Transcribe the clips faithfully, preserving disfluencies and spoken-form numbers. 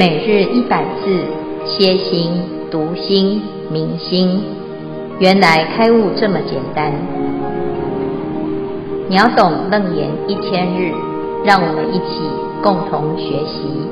每日一百字，歇心、读心、明心，原来开悟这么简单。秒懂楞严一千日，让我们一起共同学习。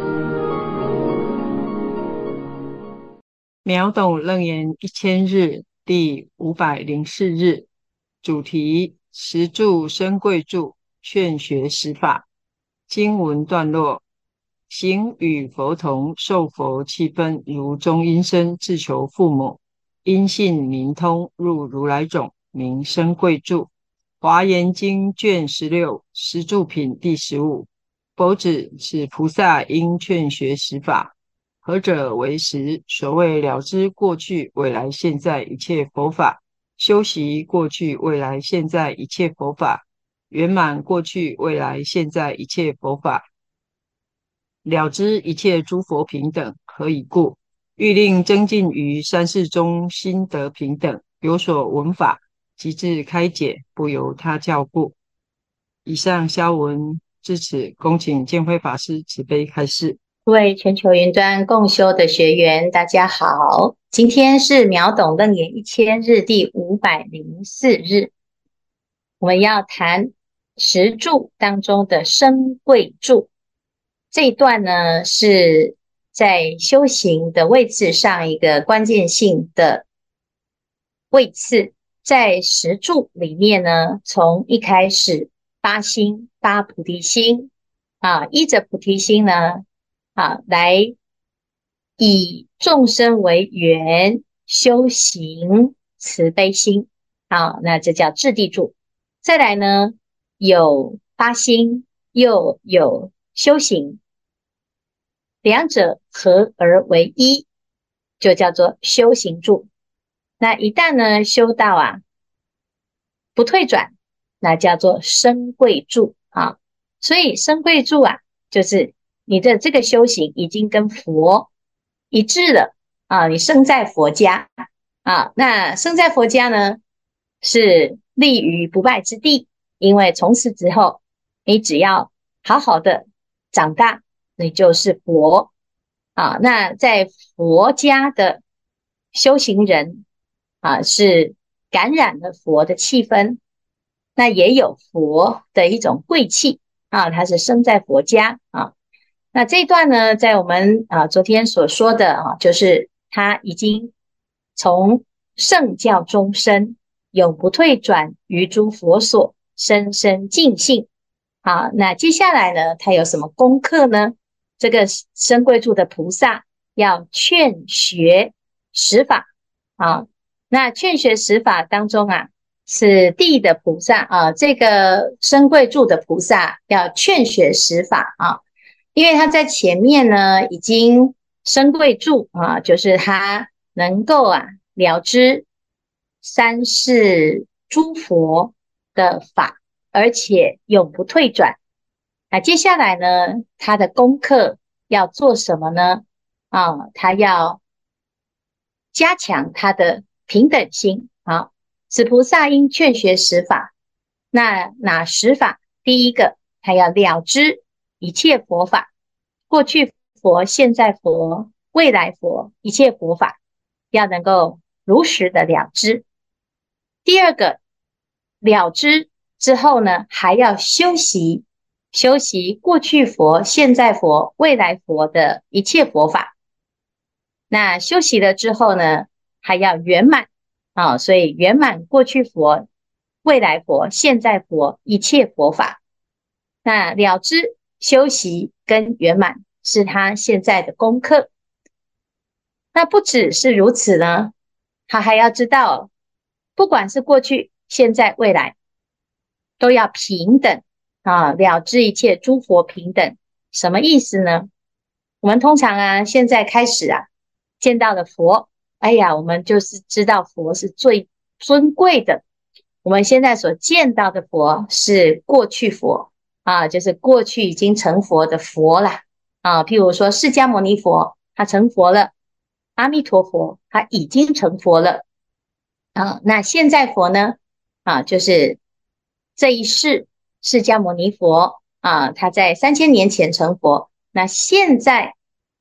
秒懂楞严一千日第五百零四日，主题：十住生贵住，劝学十法。经文段落：行与佛同，受佛七分，如中阴身，自求父母。因信明通，入如来种，名生贵住。华严经卷十六，十住品第十五。佛指是菩萨应劝学十法。何者为十？所谓了知过去、未来、现在一切佛法，修习过去、未来、现在一切佛法，圆满过去、未来、现在一切佛法，了知一切诸佛平等。何以故？欲令增进于三世中心得平等，有所闻法，即至开解，不由他教故。以上消文至此，恭请见辉法师慈悲开示。 各位全球云端共修的学员，大家好，今天是秒懂楞严一千日第五百零四日，我们要谈十住当中的生贵住。这一段呢，是在修行的位次上一个关键性的位次。在十住里面呢，从一开始八心八菩提心啊，依着菩提心呢啊，来以众生为缘修行慈悲心，好，那这叫智地住。再来呢，有发心，又有修行，两者合而为一，就叫做修行住。那一旦呢修到啊不退转，那叫做生贵住啊。所以生贵住啊，就是你的这个修行已经跟佛一致了啊，你生在佛家啊。那生在佛家呢，是立于不败之地，因为从此之后，你只要好好的长大，你就是佛啊。那在佛家的修行人啊，是感染了佛的气氛，那也有佛的一种贵气啊，他是生在佛家啊。那这一段呢，在我们啊昨天所说的啊，就是他已经从圣教中生，永不退转于诸佛所，深深尽性。好，那接下来呢，他有什么功课呢？这个生贵住的菩萨要劝学十法啊。那劝学十法当中啊，是地的菩萨啊，这个生贵住的菩萨要劝学十法啊。因为他在前面呢已经生贵住啊，就是他能够啊了知三世诸佛的法，而且永不退转。那接下来呢，他的功课要做什么呢？啊，他要加强他的平等心。好，此菩萨应劝学十法。那哪十法？第一个，他要了知一切佛法，过去佛、现在佛、未来佛，一切佛法要能够如实的了知。第二个，了知之后呢，还要修习，修习过去佛、现在佛、未来佛的一切佛法。那修习了之后呢，还要圆满啊，所以圆满过去佛、未来佛、现在佛一切佛法。那了知、修习跟圆满是他现在的功课。那不只是如此呢，他还要知道，不管是过去、现在、未来，都要平等啊，了知一切诸佛平等。什么意思呢？我们通常啊，现在开始啊，见到了佛，哎呀，我们就是知道佛是最尊贵的。我们现在所见到的佛是过去佛啊，就是过去已经成佛的佛啦啊。譬如说释迦牟尼佛，他成佛了；阿弥陀佛，他已经成佛了啊。那现在佛呢？啊，就是这一世释迦牟尼佛啊，他在三千年前成佛。那现在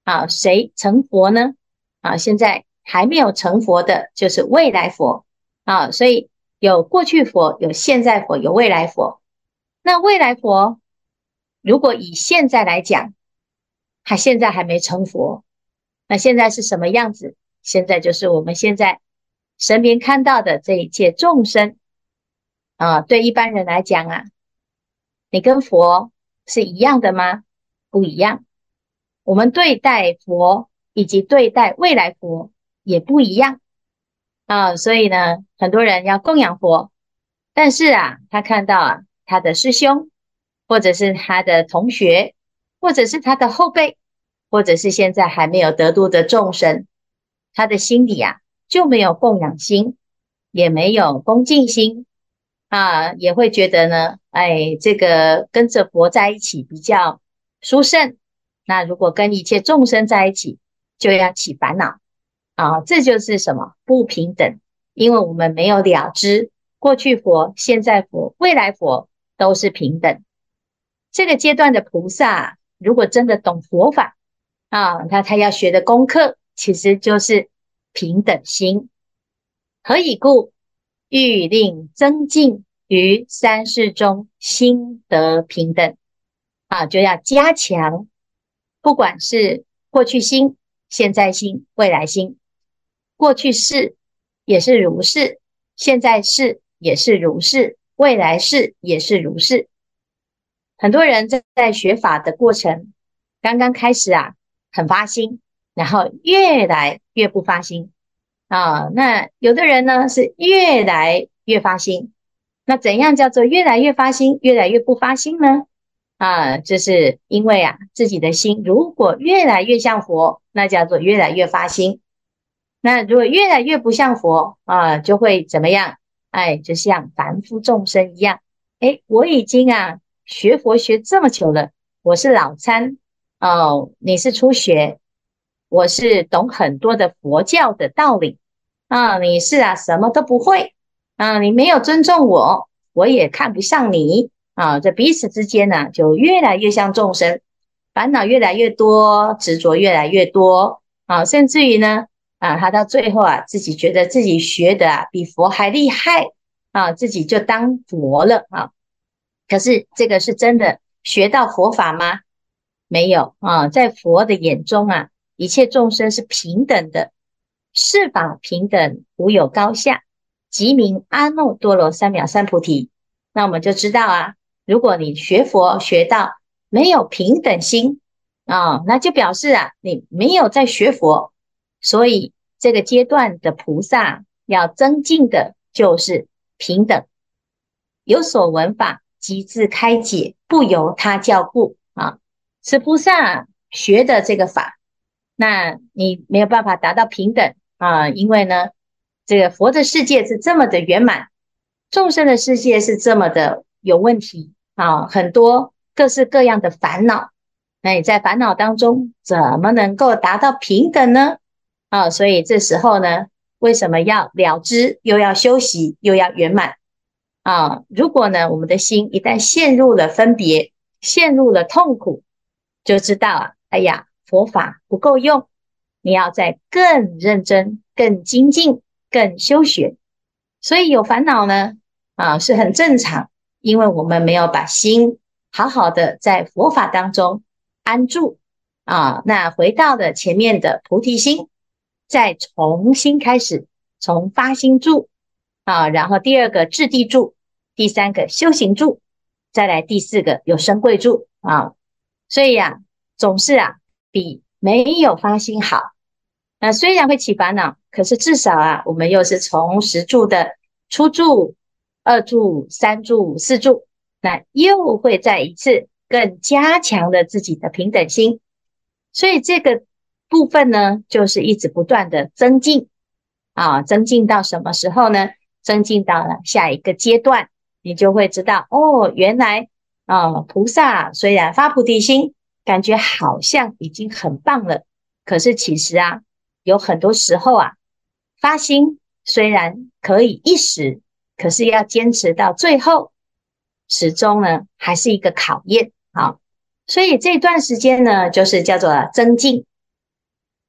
啊，谁成佛呢？啊，现在还没有成佛的，就是未来佛啊。所以有过去佛，有现在佛，有未来佛。那未来佛，如果以现在来讲，他现在还没成佛，那现在是什么样子？现在就是我们现在身边看到的这一切众生啊。对一般人来讲啊，你跟佛是一样的吗？不一样。我们对待佛以及对待未来佛也不一样啊。所以呢，很多人要供养佛，但是啊，他看到啊，他的师兄，或者是他的同学，或者是他的后辈，或者是现在还没有得度的众生，他的心里啊就没有供养心，也没有恭敬心啊，也会觉得呢，哎，这个跟着佛在一起比较殊胜。那如果跟一切众生在一起，就要起烦恼啊，这就是什么？不平等。因为我们没有了知，过去佛、现在佛、未来佛都是平等。这个阶段的菩萨，如果真的懂佛法啊，那他要学的功课其实就是平等心。何以故？欲令增进于三世中心得平等啊，就要加强，不管是过去心、现在心、未来心。过去世也是如是，现在世也是如是，未来世也是如是。很多人在在学法的过程，刚刚开始啊，很发心，然后越来越不发心啊。那有的人呢是越来越发心，那怎样叫做越来越发心，越来越不发心呢？啊，就是因为啊，自己的心如果越来越像佛，那叫做越来越发心。那如果越来越不像佛啊，就会怎么样？哎，就像凡夫众生一样。哎，我已经啊学佛学这么久了，我是老参哦，你是初学，我是懂很多的佛教的道理啊，你是啊什么都不会啊，你没有尊重我，我也看不上你啊，这彼此之间呢，就越来越像众生，烦恼越来越多，执着越来越多啊，甚至于呢。啊，他到最后啊，自己觉得自己学的啊比佛还厉害啊，自己就当佛了啊。可是这个是真的学到佛法吗？没有啊，在佛的眼中啊，一切众生是平等的，是法平等，无有高下，即名阿耨多罗三藐三菩提。那我们就知道啊，如果你学佛学到没有平等心啊，那就表示啊，你没有在学佛。所以这个阶段的菩萨要增进的就是平等，有所闻法，即自开解，不由他教故啊。是菩萨学的这个法，那你没有办法达到平等啊，因为呢，这个佛的世界是这么的圆满，众生的世界是这么的有问题啊，很多各式各样的烦恼。那你在烦恼当中，怎么能够达到平等呢？啊，所以这时候呢，为什么要了知，又要修习，又要圆满啊？如果呢，我们的心一旦陷入了分别，陷入了痛苦，就知道啊，哎呀，佛法不够用，你要再更认真、更精进、更修学。所以有烦恼呢，啊，是很正常，因为我们没有把心好好的在佛法当中安住啊。那回到了前面的菩提心。再重新开始，从发心住啊，然后第二个智地住，第三个修行住，再来第四个有生贵住啊。所以呀、啊，总是啊比没有发心好。那虽然会起烦恼，可是至少啊，我们又是从十住的初住、二住、三住、四住，那又会再一次更加强了自己的平等心。所以这个部分呢，就是一直不断的增进啊，增进到什么时候呢？增进到了下一个阶段，你就会知道哦，原来啊，菩萨虽然发菩提心，感觉好像已经很棒了，可是其实啊，有很多时候啊，发心虽然可以一时，可是要坚持到最后，始终呢还是一个考验啊。所以这段时间呢，就是叫做增进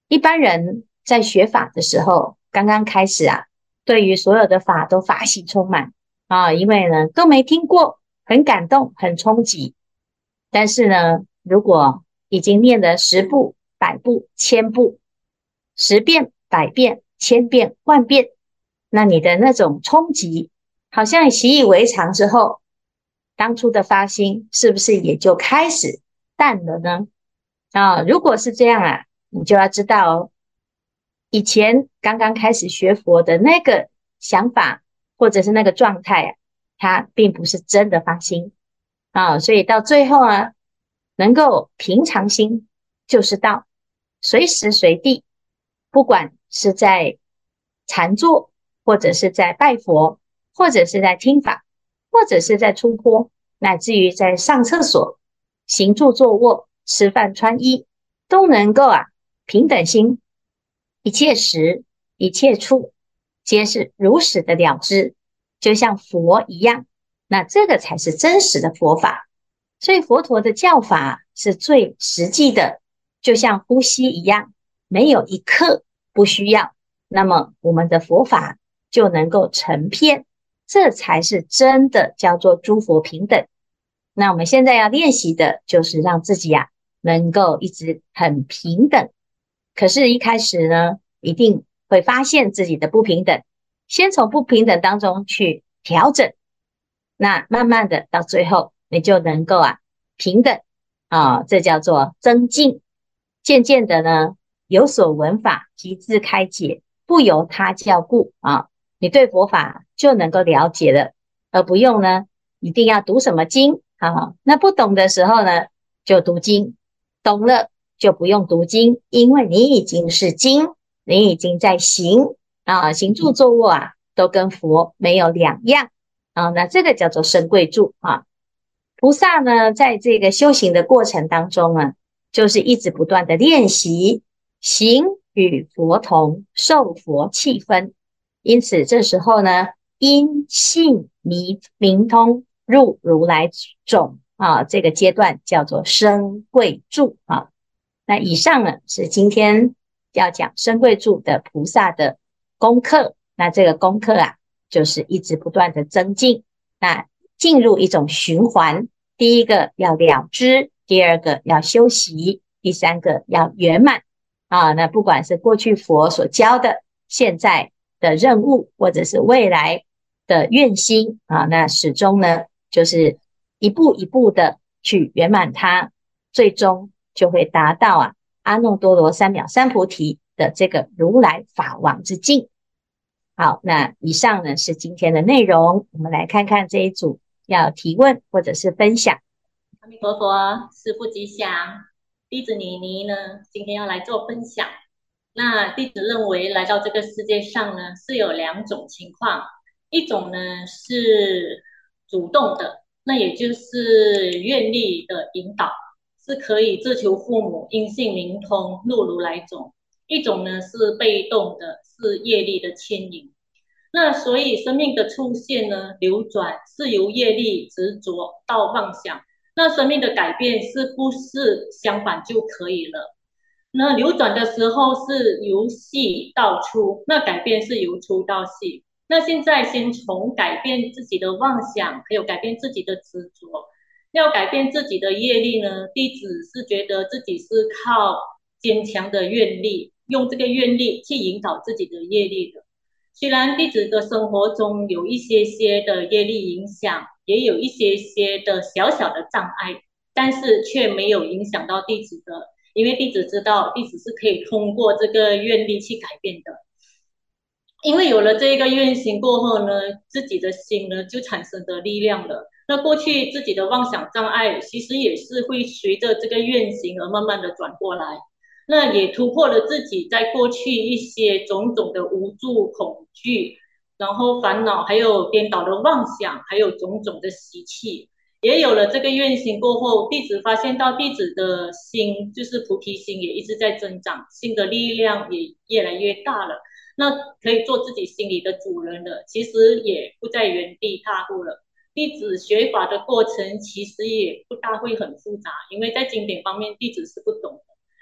一般人在学法的时候，刚刚开始啊，对于所有的法都法喜充满啊，因为呢都没听过，很感动，很冲击。但是呢，如果已经念了十部、百部、千部，十遍、百遍、千遍、万遍，那你的那种冲击，好像习以为常之后，当初的发心是不是也就开始淡了呢？啊，如果是这样啊，你就要知道哦，以前刚刚开始学佛的那个想法，或者是那个状态啊，它并不是真的发心啊，所以到最后啊，能够平常心就是道，随时随地，不管是在禅坐，或者是在拜佛，或者是在听法，或者是在出坡，乃至于在上厕所、行住坐卧、吃饭穿衣，都能够啊平等心，一切时一切处，皆是如实的了知，就像佛一样。那这个才是真实的佛法。所以佛陀的教法是最实际的，就像呼吸一样，没有一刻不需要。那么我们的佛法就能够成片，这才是真的叫做诸佛平等。那我们现在要练习的就是让自己啊能够一直很平等。可是，一开始呢，一定会发现自己的不平等，先从不平等当中去调整，那慢慢的到最后，你就能够啊平等啊，这叫做增进。渐渐的呢，有所闻法，即自开解，不由他教故啊，你对佛法就能够了解了，而不用呢一定要读什么经啊。那不懂的时候呢，就读经；懂了就不用读经，因为你已经是经，你已经在行啊，行住坐卧啊，都跟佛没有两样啊。那这个叫做身贵住啊。菩萨呢，在这个修行的过程当中啊，就是一直不断的练习，行与佛同，受佛气分。因此这时候呢，因信迷明通，入如来种啊，这个阶段叫做身贵住啊。那以上呢是今天要讲身贵住的菩萨的功课。那这个功课啊，就是一直不断的增进，那进入一种循环。第一个要了知，第二个要修习，第三个要圆满啊。那不管是过去佛所教的，现在的任务，或者是未来的愿心啊，那始终呢就是一步一步的去圆满它，最终就会达到啊阿耨多罗三藐三菩提的这个如来法王之境。好，那以上呢是今天的内容，我们来看看这一组要提问或者是分享。 阿弥陀佛，师父吉祥。弟子妮妮呢，今天要来做分享。那弟子认为，来到这个世界上呢，是有两种情况，一种呢是主动的，那也就是愿力的引导，是可以自求父母，因信明通，入如来种；一种呢是被动的，是业力的牵引。那所以生命的出现呢，流转是由业力执着到妄想，那生命的改变是不是相反就可以了？那流转的时候是由细到粗，那改变是由粗到细。那现在先从改变自己的妄想，还有改变自己的执着，要改变自己的业力呢？弟子是觉得自己是靠坚强的愿力，用这个愿力去引导自己的业力的。虽然弟子的生活中有一些些的业力影响，也有一些些的小小的障碍，但是却没有影响到弟子的，因为弟子知道弟子是可以通过这个愿力去改变的。因为有了这个愿行过后呢，自己的心呢就产生的力量了。那过去自己的妄想障碍，其实也是会随着这个愿行而慢慢的转过来。那也突破了自己在过去一些种种的无助、恐惧，然后烦恼，还有颠倒的妄想，还有种种的习气。也有了这个愿行过后，弟子发现到弟子的心，就是菩提心也一直在增长，心的力量也越来越大了。那可以做自己心里的主人了，其实也不在原地踏步了。弟子学法的过程其实也不大会很复杂，因为在经典方面弟子是不懂的。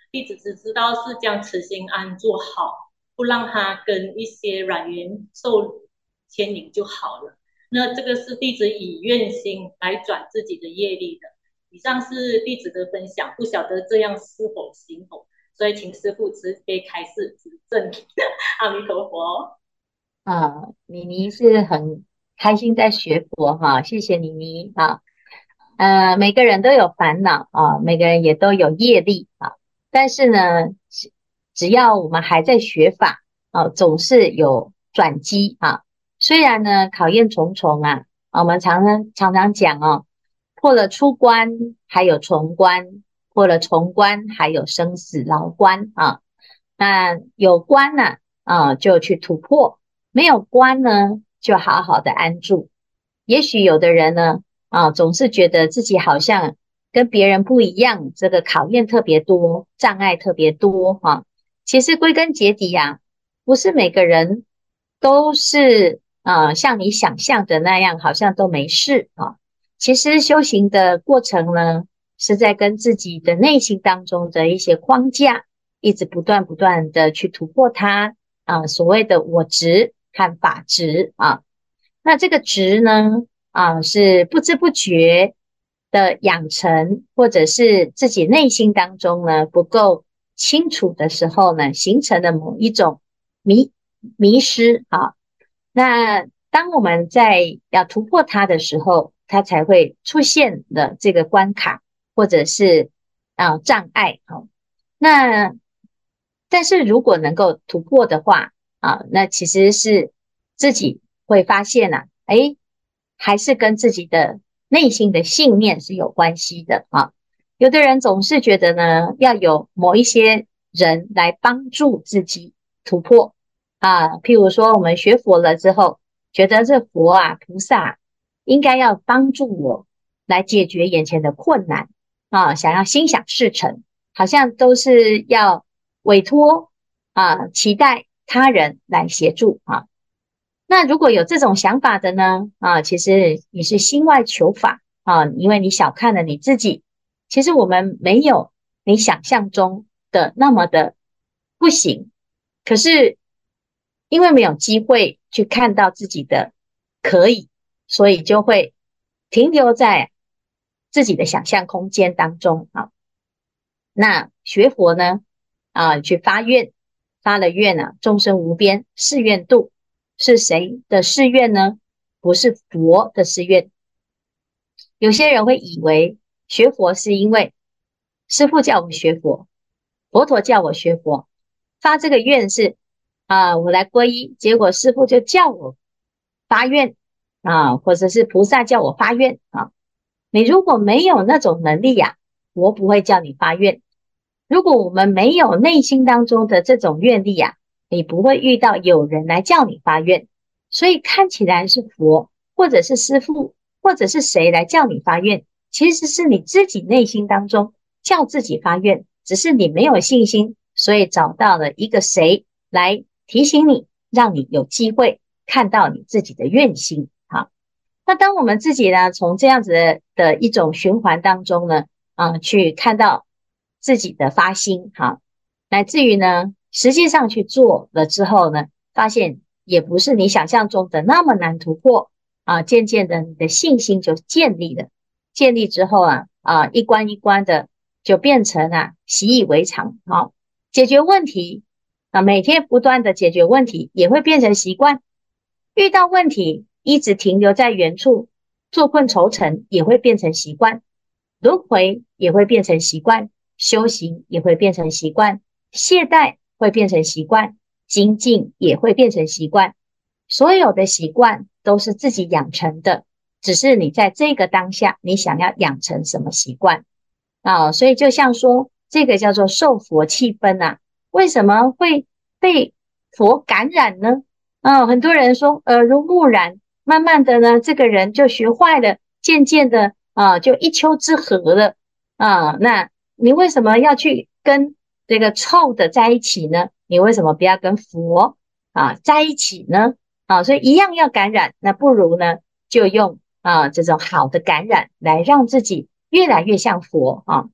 弟子只知道是将慈心安住好，不让他跟一些软缘受牵引就好了。那这个是弟子以愿心来转自己的业力的。以上是弟子的分享，不晓得这样是否行否？所以请师父慈悲开示指正。阿弥陀佛。 啊，妮妮是很开心在学佛哈，谢谢妮妮啊。呃，每个人都有烦恼啊，每个人也都有业力啊。但是呢，只只要我们还在学法啊，总是有转机啊。虽然呢考验重重啊，啊我们常常常常讲哦，破了出关还有重关，破了重关还有生死牢关啊。那有关呢啊，就去突破；没有关呢，就好好的安住。也许有的人呢。啊，总是觉得自己好像跟别人不一样，这个考验特别多，障碍特别多哈、啊。其实归根结底呀、啊，不是每个人都是啊像你想象的那样，好像都没事啊。其实修行的过程呢，是在跟自己的内心当中的一些框架，一直不断不断的去突破它啊。所谓的我执和法执啊，那这个执呢？啊，是不知不觉的养成，或者是自己内心当中呢不够清楚的时候呢，形成的某一种迷迷失啊。那当我们在要突破它的时候，它才会出现的这个关卡，或者是啊障碍啊。那但是如果能够突破的话啊，那其实是自己会发现啊，诶还是跟自己的内心的信念是有关系的啊。有的人总是觉得呢，要有某一些人来帮助自己突破啊。譬如说，我们学佛了之后，觉得这佛啊、菩萨应该要帮助我来解决眼前的困难啊，想要心想事成，好像都是要委托啊，期待他人来协助啊。那如果有这种想法的呢？啊，其实你是心外求法啊，因为你小看了你自己。其实我们没有你想象中的那么的不行，可是因为没有机会去看到自己的可以，所以就会停留在自己的想象空间当中啊。那学佛呢？啊，去发愿，发了愿啊，众生无边誓愿度。是谁的誓愿呢？不是佛的誓愿。有些人会以为学佛是因为师父叫我学佛，佛陀叫我学佛，发这个愿是啊，我来皈依，结果师父就叫我发愿啊，或者是菩萨叫我发愿啊。你如果没有那种能力呀、啊，佛不会叫你发愿。如果我们没有内心当中的这种愿力呀、啊，你不会遇到有人来叫你发愿。所以看起来是佛，或者是师父，或者是谁来叫你发愿，其实是你自己内心当中叫自己发愿，只是你没有信心，所以找到了一个谁来提醒你，让你有机会看到你自己的愿心。好，那当我们自己呢，从这样子的的一种循环当中呢，啊、呃，去看到自己的发心，哈，乃至于呢，实际上去做了之后呢，发现也不是你想象中的那么难突破啊，渐渐的你的信心就建立了，建立之后啊啊一关一关的就变成啊习以为常啊，解决问题啊，每天不断的解决问题也会变成习惯，遇到问题一直停留在原处，坐困愁城也会变成习惯，轮回也会变成习惯，修行也会变成习惯，懈怠会变成习惯，精进也会变成习惯。所有的习惯都是自己养成的，只是你在这个当下你想要养成什么习惯啊。所以就像说这个叫做受佛气氛啊，为什么会被佛感染呢？啊，很多人说耳濡目染，慢慢的呢这个人就学坏了，渐渐的啊就一丘之貉了啊。那你为什么要去跟这个臭的在一起呢？你为什么不要跟佛啊在一起呢？啊，所以一样要感染，那不如呢就用啊这种好的感染来让自己越来越像佛啊。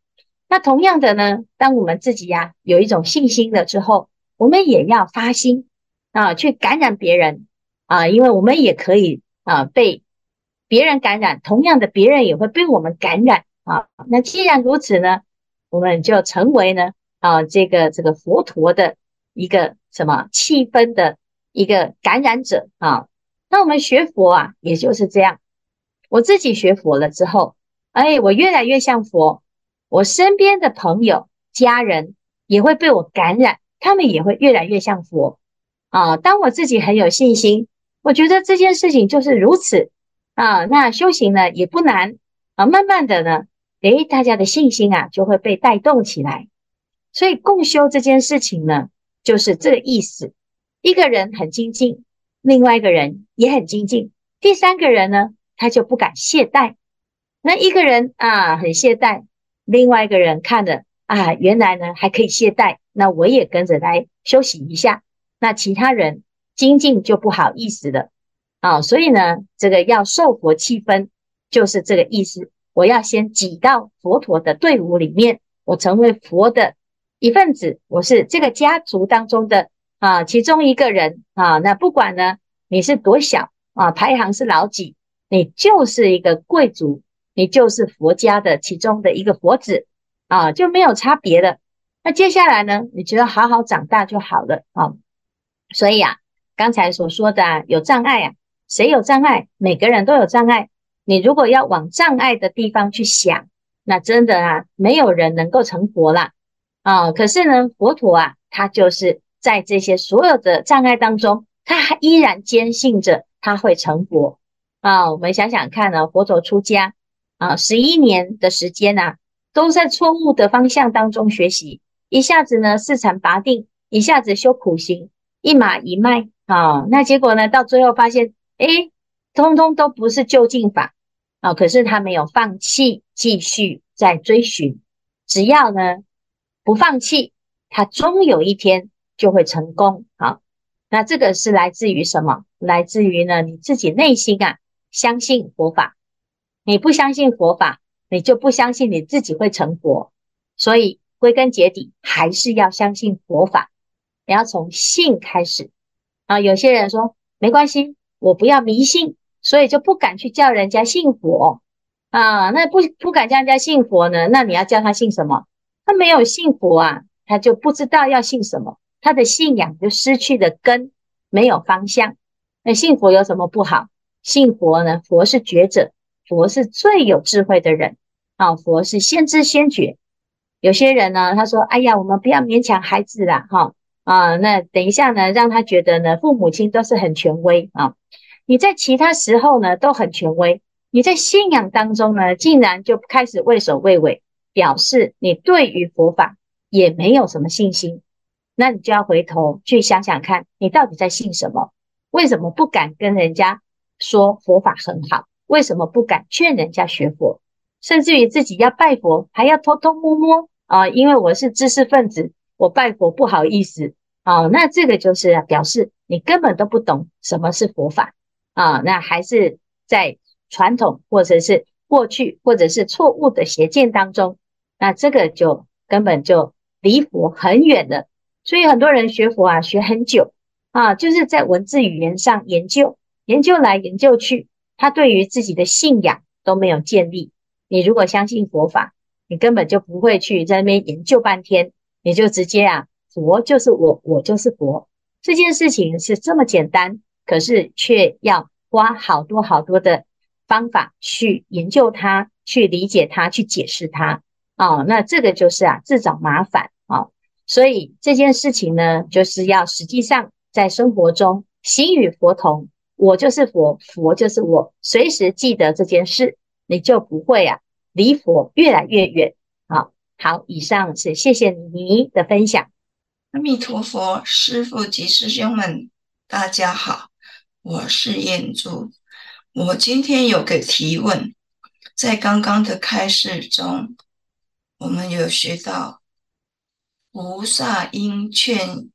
那同样的呢，当我们自己呀、有一种信心了之后，我们也要发心啊，去感染别人啊，因为我们也可以啊被别人感染，同样的别人也会被我们感染啊。那既然如此呢，我们就成为呢啊这个这个佛陀的一个什么气氛的一个感染者啊。那我们学佛啊，也就是这样。我自己学佛了之后，哎，我越来越像佛，我身边的朋友、家人也会被我感染，他们也会越来越像佛啊。当我自己很有信心，我觉得这件事情就是如此啊。那修行呢也不难啊，慢慢的呢，诶，大家的信心啊就会被带动起来。所以共修这件事情呢，就是这个意思。一个人很精进，另外一个人也很精进，第三个人呢，他就不敢懈怠。那一个人啊很懈怠，另外一个人看着啊，原来呢还可以懈怠，那我也跟着来休息一下。那其他人精进就不好意思了啊。所以呢，这个要受佛气氛，就是这个意思。我要先挤到佛陀的队伍里面，我成为佛的一份子，我是这个家族当中的啊其中一个人啊。那不管呢你是多小啊，排行是老几，你就是一个贵族，你就是佛家的其中的一个佛子啊，就没有差别了。那接下来呢，你只要好好长大就好了啊。所以啊，刚才所说的啊，有障碍啊，谁有障碍？每个人都有障碍。你如果要往障碍的地方去想，那真的啊，没有人能够成佛啦啊。可是呢，佛陀啊，他就是在这些所有的障碍当中，他还依然坚信着他会成佛啊。我们想想看呢，佛陀出家啊，十一年的时间啊，都在错误的方向当中学习，一下子呢四禅八定，一下子修苦行，一马一脉啊。那结果呢，到最后发现，诶，通通都不是究竟法啊。可是他没有放弃，继续在追寻。只要呢不放弃，他终有一天就会成功。好，那这个是来自于什么？来自于呢你自己内心啊，相信佛法。你不相信佛法，你就不相信你自己会成佛。所以归根结底，还是要相信佛法。你要从信开始啊。有些人说没关系，我不要迷信，所以就不敢去叫人家信佛啊。那不不敢叫人家信佛呢，那你要叫他信什么？他没有信佛啊，他就不知道要信什么，他的信仰就失去了根，没有方向。那信佛有什么不好？信佛呢，佛是觉者，佛是最有智慧的人啊，佛是先知先觉。有些人呢，他说：“哎呀，我们不要勉强孩子啦，哈啊，那等一下呢，让他觉得呢，父母亲都是很权威啊。你在其他时候呢都很权威，你在信仰当中呢，竟然就开始畏首畏尾，表示你对于佛法也没有什么信心。那你就要回头去想想看，你到底在信什么？为什么不敢跟人家说佛法很好？为什么不敢劝人家学佛？甚至于自己要拜佛，还要偷偷摸摸啊，因为我是知识分子，我拜佛不好意思啊。那这个就是表示你根本都不懂什么是佛法啊。那还是在传统或者是过去或者是错误的邪见当中，那这个就根本就离佛很远了。所以很多人学佛啊，学很久啊，就是在文字语言上研究，研究来研究去，他对于自己的信仰都没有建立。你如果相信佛法，你根本就不会去在那边研究半天，你就直接啊，佛就是我，我就是佛。这件事情是这么简单，可是却要花好多好多的方法去研究它，去理解它，去解释它啊。那这个就是啊，自找麻烦啊。所以这件事情呢，就是要实际上在生活中心与佛同，我就是佛，佛就是我，随时记得这件事，你就不会啊离佛越来越远。好，好，以上是谢谢你的分享。 阿弥陀佛，师父及师兄们，大家好，我是燕珠。我今天有个提问，在刚刚的开示中，我们有学到菩萨应劝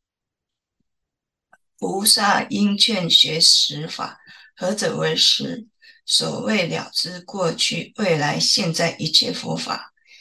菩萨应劝学实法，何者为实？所谓了知过去、未来、现在一切佛法，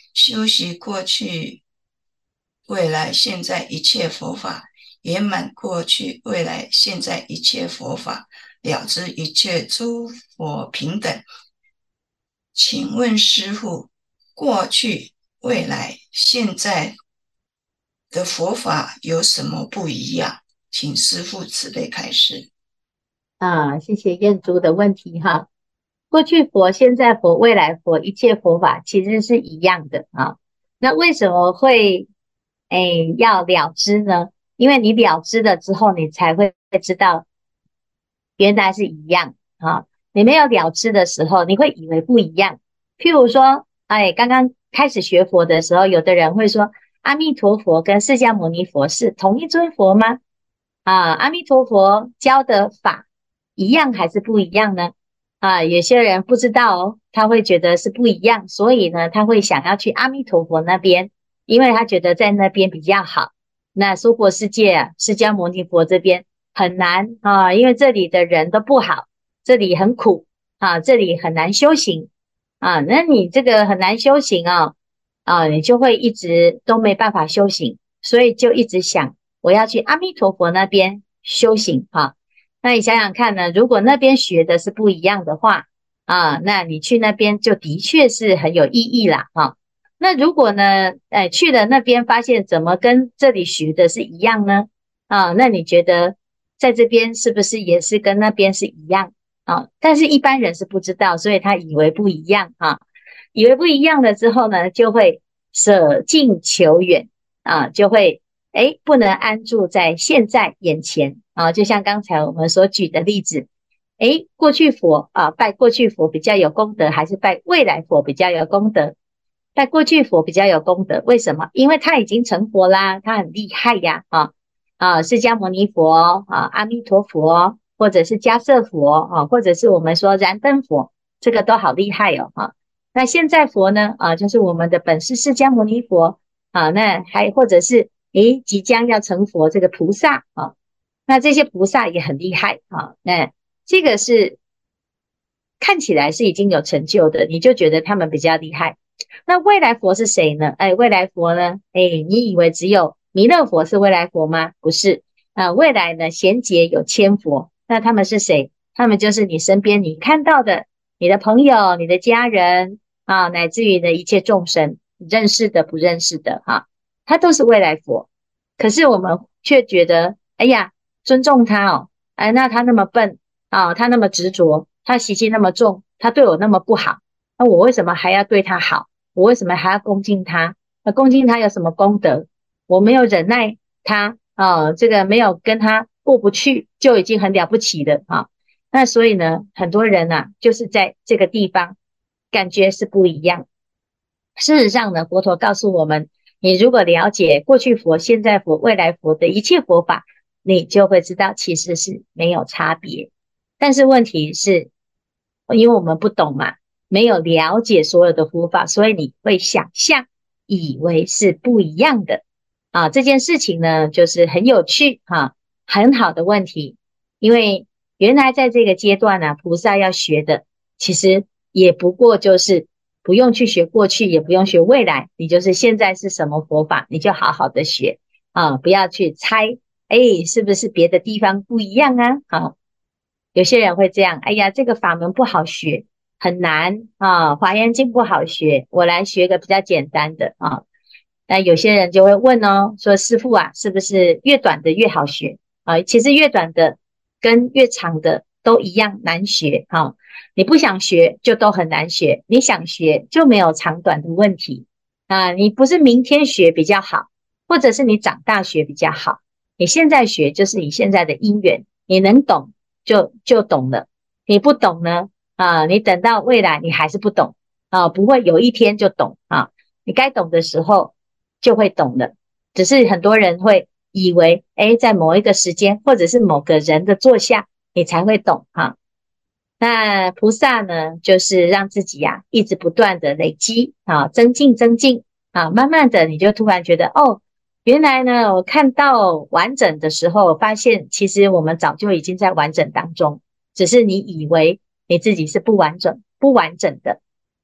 修习过去、未来、现在一切佛法，圆满过去、未来、现在一切佛法，了知一切诸佛平等。请问师父，过去、未来、现在的佛法有什么不一样？请师父慈悲开示。 啊，谢谢燕珠的问题哈。过去佛、现在佛、未来佛，一切佛法其实是一样的啊。那为什么会哎要了知呢？因为你了知了之后，你才会知道原来是一样啊。你没有了知的时候，你会以为不一样。譬如说，哎，刚刚开始学佛的时候，有的人会说，阿弥陀佛跟释迦牟尼佛是同一尊佛吗？啊，阿弥陀佛教的法一样还是不一样呢？啊，有些人不知道哦，他会觉得是不一样，所以呢，他会想要去阿弥陀佛那边，因为他觉得在那边比较好。那娑婆世界啊，释迦牟尼佛这边很难啊，因为这里的人都不好，这里很苦啊，这里很难修行啊。那你这个很难修行啊，啊，你就会一直都没办法修行，所以就一直想我要去阿弥陀佛那边修行哈。那你想想看呢，如果那边学的是不一样的话啊，那你去那边就的确是很有意义啦哈。那如果呢，哎，去了那边发现怎么跟这里学的是一样呢？啊，那你觉得在这边是不是也是跟那边是一样啊？但是一般人是不知道，所以他以为不一样哈。以为不一样了之后呢，就会舍近求远啊，就会诶不能安住在现在眼前啊。就像刚才我们所举的例子，诶过去佛啊，拜过去佛比较有功德，还是拜未来佛比较有功德？拜过去佛比较有功德，为什么？因为他已经成佛啦，他很厉害呀啊啊，释迦牟尼佛啊，阿弥陀佛，或者是迦叶佛啊，或者是我们说燃灯佛，这个都好厉害哦啊。那现在佛呢啊，就是我们的本师释迦牟尼佛啊，那还或者是诶即将要成佛这个菩萨啊，那这些菩萨也很厉害啊，那这个是看起来是已经有成就的，你就觉得他们比较厉害。那未来佛是谁呢？哎，未来佛呢？哎，你以为只有弥勒佛是未来佛吗？不是啊，未来呢贤劫有千佛，那他们是谁？他们就是你身边你看到的，你的朋友、你的家人啊，乃至于的一切众生，认识的、不认识的哈、啊，他都是未来佛。可是我们却觉得，哎呀，尊重他哦，哎，那他那么笨啊，他那么执着，他习气那么重，他对我那么不好，那我为什么还要对他好？我为什么还要恭敬他？那恭敬他有什么功德？我没有忍耐他啊，这个没有跟他过不去，就已经很了不起了啊。那所以呢，很多人啊，就是在这个地方感觉是不一样。事实上呢，佛陀告诉我们，你如果了解过去佛、现在佛、未来佛的一切佛法，你就会知道其实是没有差别。但是问题是，因为我们不懂嘛，没有了解所有的佛法，所以你会想象以为是不一样的啊。这件事情呢，就是很有趣哈，很好的问题。因为原来在这个阶段呢、啊，菩萨要学的其实也不过就是不用去学过去，也不用学未来，你就是现在是什么佛法，你就好好的学啊，不要去猜，哎，是不是别的地方不一样啊？好，有些人会这样，哎呀，这个法门不好学，很难啊，华严经不好学，我来学个比较简单的啊。那有些人就会问哦，说师父啊，是不是越短的越好学啊？其实越短的跟越长的都一样难学哈。你不想学就都很难学，你想学就没有长短的问题啊。你不是明天学比较好，或者是你长大学比较好，你现在学就是你现在的因缘，你能懂就就懂了，你不懂呢啊，你等到未来你还是不懂啊，不会有一天就懂啊。你该懂的时候就会懂了，只是很多人会以为，诶，在某一个时间或者是某个人的座下，你才会懂哈。那菩萨呢，就是让自己呀、啊、一直不断的累积啊，增进增进啊，慢慢的你就突然觉得，哦，原来呢，我看到完整的时候，发现其实我们早就已经在完整当中，只是你以为你自己是不完整、不完整的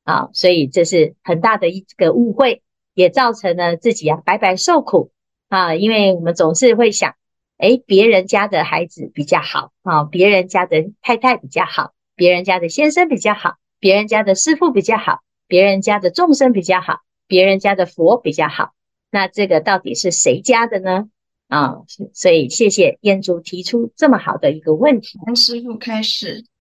啊，所以这是很大的一个误会，也造成了自己啊白白受苦啊，因为我们总是会想，诶，别人家的孩子比较好啊，别人家的太太比较好，别人家的先生比较好，别人家的师父比较好，别人家的众生比较好，别人家的佛比较好，那这个到底是谁家的呢？啊，所以谢谢燕珠提出这么好的一个问题。 从师父开始，